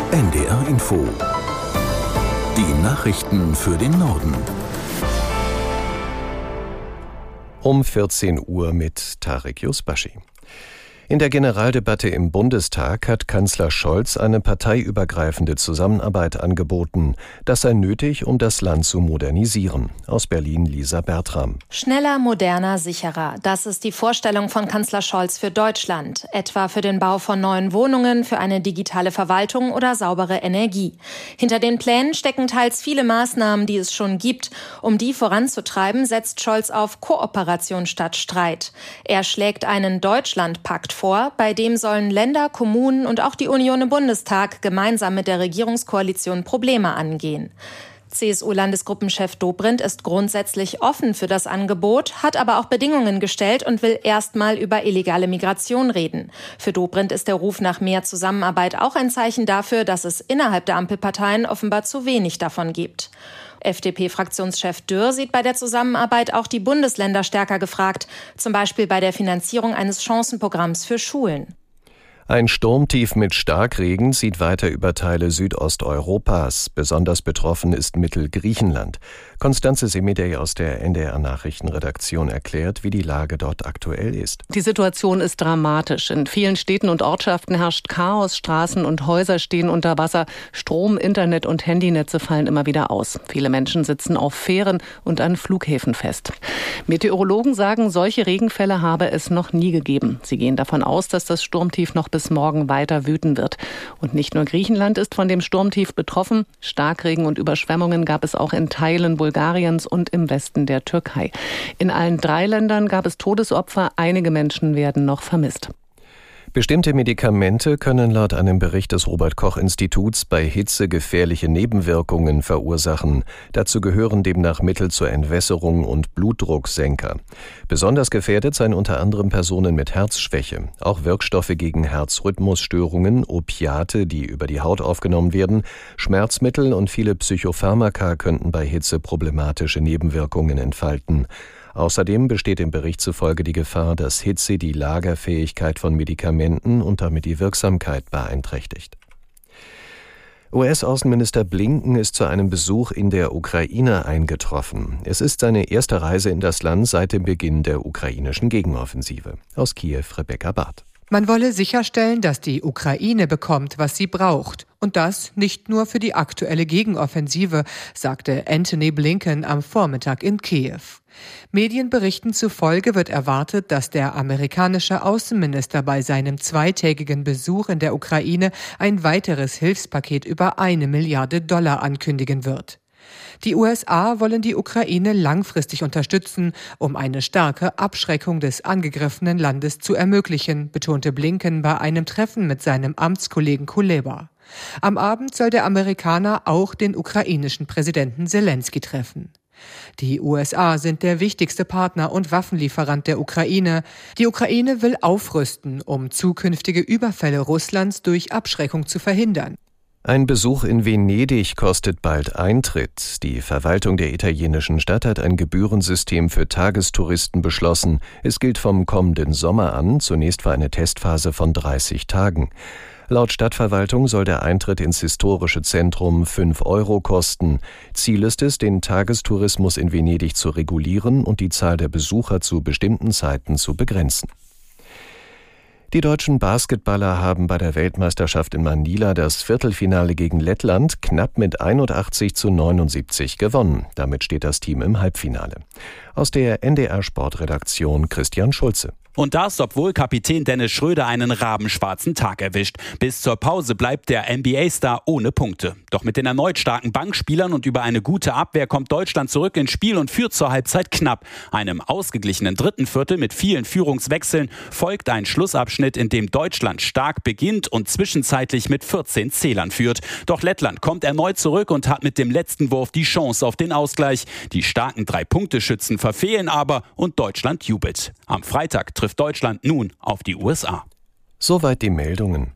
NDR Info. Die Nachrichten für den Norden. Um 14 Uhr mit Tarek Yusbashi. In der Generaldebatte im Bundestag hat Kanzler Scholz eine parteiübergreifende Zusammenarbeit angeboten. Das sei nötig, um das Land zu modernisieren. Aus Berlin Lisa Bertram. Schneller, moderner, sicherer. Das ist die Vorstellung von Kanzler Scholz für Deutschland. Etwa für den Bau von neuen Wohnungen, für eine digitale Verwaltung oder saubere Energie. Hinter den Plänen stecken teils viele Maßnahmen, die es schon gibt. Um die voranzutreiben, setzt Scholz auf Kooperation statt Streit. Er schlägt einen Deutschlandpakt vor, bei dem sollen Länder, Kommunen und auch die Union im Bundestag gemeinsam mit der Regierungskoalition Probleme angehen. CSU-Landesgruppenchef Dobrindt ist grundsätzlich offen für das Angebot, hat aber auch Bedingungen gestellt und will erstmal über illegale Migration reden. Für Dobrindt ist der Ruf nach mehr Zusammenarbeit auch ein Zeichen dafür, dass es innerhalb der Ampelparteien offenbar zu wenig davon gibt. FDP-Fraktionschef Dürr sieht bei der Zusammenarbeit auch die Bundesländer stärker gefragt, zum Beispiel bei der Finanzierung eines Chancenprogramms für Schulen. Ein Sturmtief mit Starkregen zieht weiter über Teile Südosteuropas. Besonders betroffen ist Mittelgriechenland. Konstanze Semidey aus der NDR-Nachrichtenredaktion erklärt, wie die Lage dort aktuell ist. Die Situation ist dramatisch. In vielen Städten und Ortschaften herrscht Chaos. Straßen und Häuser stehen unter Wasser. Strom, Internet und Handynetze fallen immer wieder aus. Viele Menschen sitzen auf Fähren und an Flughäfen fest. Meteorologen sagen, solche Regenfälle habe es noch nie gegeben. Sie gehen davon aus, dass das Sturmtief noch bis morgen weiter wüten wird. Und nicht nur Griechenland ist von dem Sturmtief betroffen. Starkregen und Überschwemmungen gab es auch in Teilen Bulgariens und im Westen der Türkei. In allen 3 Ländern gab es Todesopfer. Einige Menschen werden noch vermisst. Bestimmte Medikamente können laut einem Bericht des Robert-Koch-Instituts bei Hitze gefährliche Nebenwirkungen verursachen. Dazu gehören demnach Mittel zur Entwässerung und Blutdrucksenker. Besonders gefährdet seien unter anderem Personen mit Herzschwäche. Auch Wirkstoffe gegen Herzrhythmusstörungen, Opiate, die über die Haut aufgenommen werden, Schmerzmittel und viele Psychopharmaka könnten bei Hitze problematische Nebenwirkungen entfalten. Außerdem besteht im Bericht zufolge die Gefahr, dass Hitze die Lagerfähigkeit von Medikamenten und damit die Wirksamkeit beeinträchtigt. US-Außenminister Blinken ist zu einem Besuch in der Ukraine eingetroffen. Es ist seine erste Reise in das Land seit dem Beginn der ukrainischen Gegenoffensive. Aus Kiew Rebecca Barth. Man wolle sicherstellen, dass die Ukraine bekommt, was sie braucht. Und das nicht nur für die aktuelle Gegenoffensive, sagte Antony Blinken am Vormittag in Kiew. Medienberichten zufolge wird erwartet, dass der amerikanische Außenminister bei seinem 2-tägigen Besuch in der Ukraine ein weiteres Hilfspaket über $1 Milliarde ankündigen wird. Die USA wollen die Ukraine langfristig unterstützen, um eine starke Abschreckung des angegriffenen Landes zu ermöglichen, betonte Blinken bei einem Treffen mit seinem Amtskollegen Kuleba. Am Abend soll der Amerikaner auch den ukrainischen Präsidenten Selenskyj treffen. Die USA sind der wichtigste Partner und Waffenlieferant der Ukraine. Die Ukraine will aufrüsten, um zukünftige Überfälle Russlands durch Abschreckung zu verhindern. Ein Besuch in Venedig kostet bald Eintritt. Die Verwaltung der italienischen Stadt hat ein Gebührensystem für Tagestouristen beschlossen. Es gilt vom kommenden Sommer an, zunächst für eine Testphase von 30 Tagen. Laut Stadtverwaltung soll der Eintritt ins historische Zentrum 5 € kosten. Ziel ist es, den Tagestourismus in Venedig zu regulieren und die Zahl der Besucher zu bestimmten Zeiten zu begrenzen. Die deutschen Basketballer haben bei der Weltmeisterschaft in Manila das Viertelfinale gegen Lettland knapp mit 81:79 gewonnen. Damit steht das Team im Halbfinale. Aus der NDR-Sportredaktion Christian Schulze. Und das, obwohl Kapitän Dennis Schröder einen rabenschwarzen Tag erwischt. Bis zur Pause bleibt der NBA-Star ohne Punkte. Doch mit den erneut starken Bankspielern und über eine gute Abwehr kommt Deutschland zurück ins Spiel und führt zur Halbzeit knapp. Einem ausgeglichenen dritten Viertel mit vielen Führungswechseln folgt ein Schlussabschnitt, in dem Deutschland stark beginnt und zwischenzeitlich mit 14 Zählern führt. Doch Lettland kommt erneut zurück und hat mit dem letzten Wurf die Chance auf den Ausgleich. Die starken 3-Punkte-Schützen verfehlen aber und Deutschland jubelt. Am Freitag trifft Deutschland nun auf die USA. Soweit die Meldungen.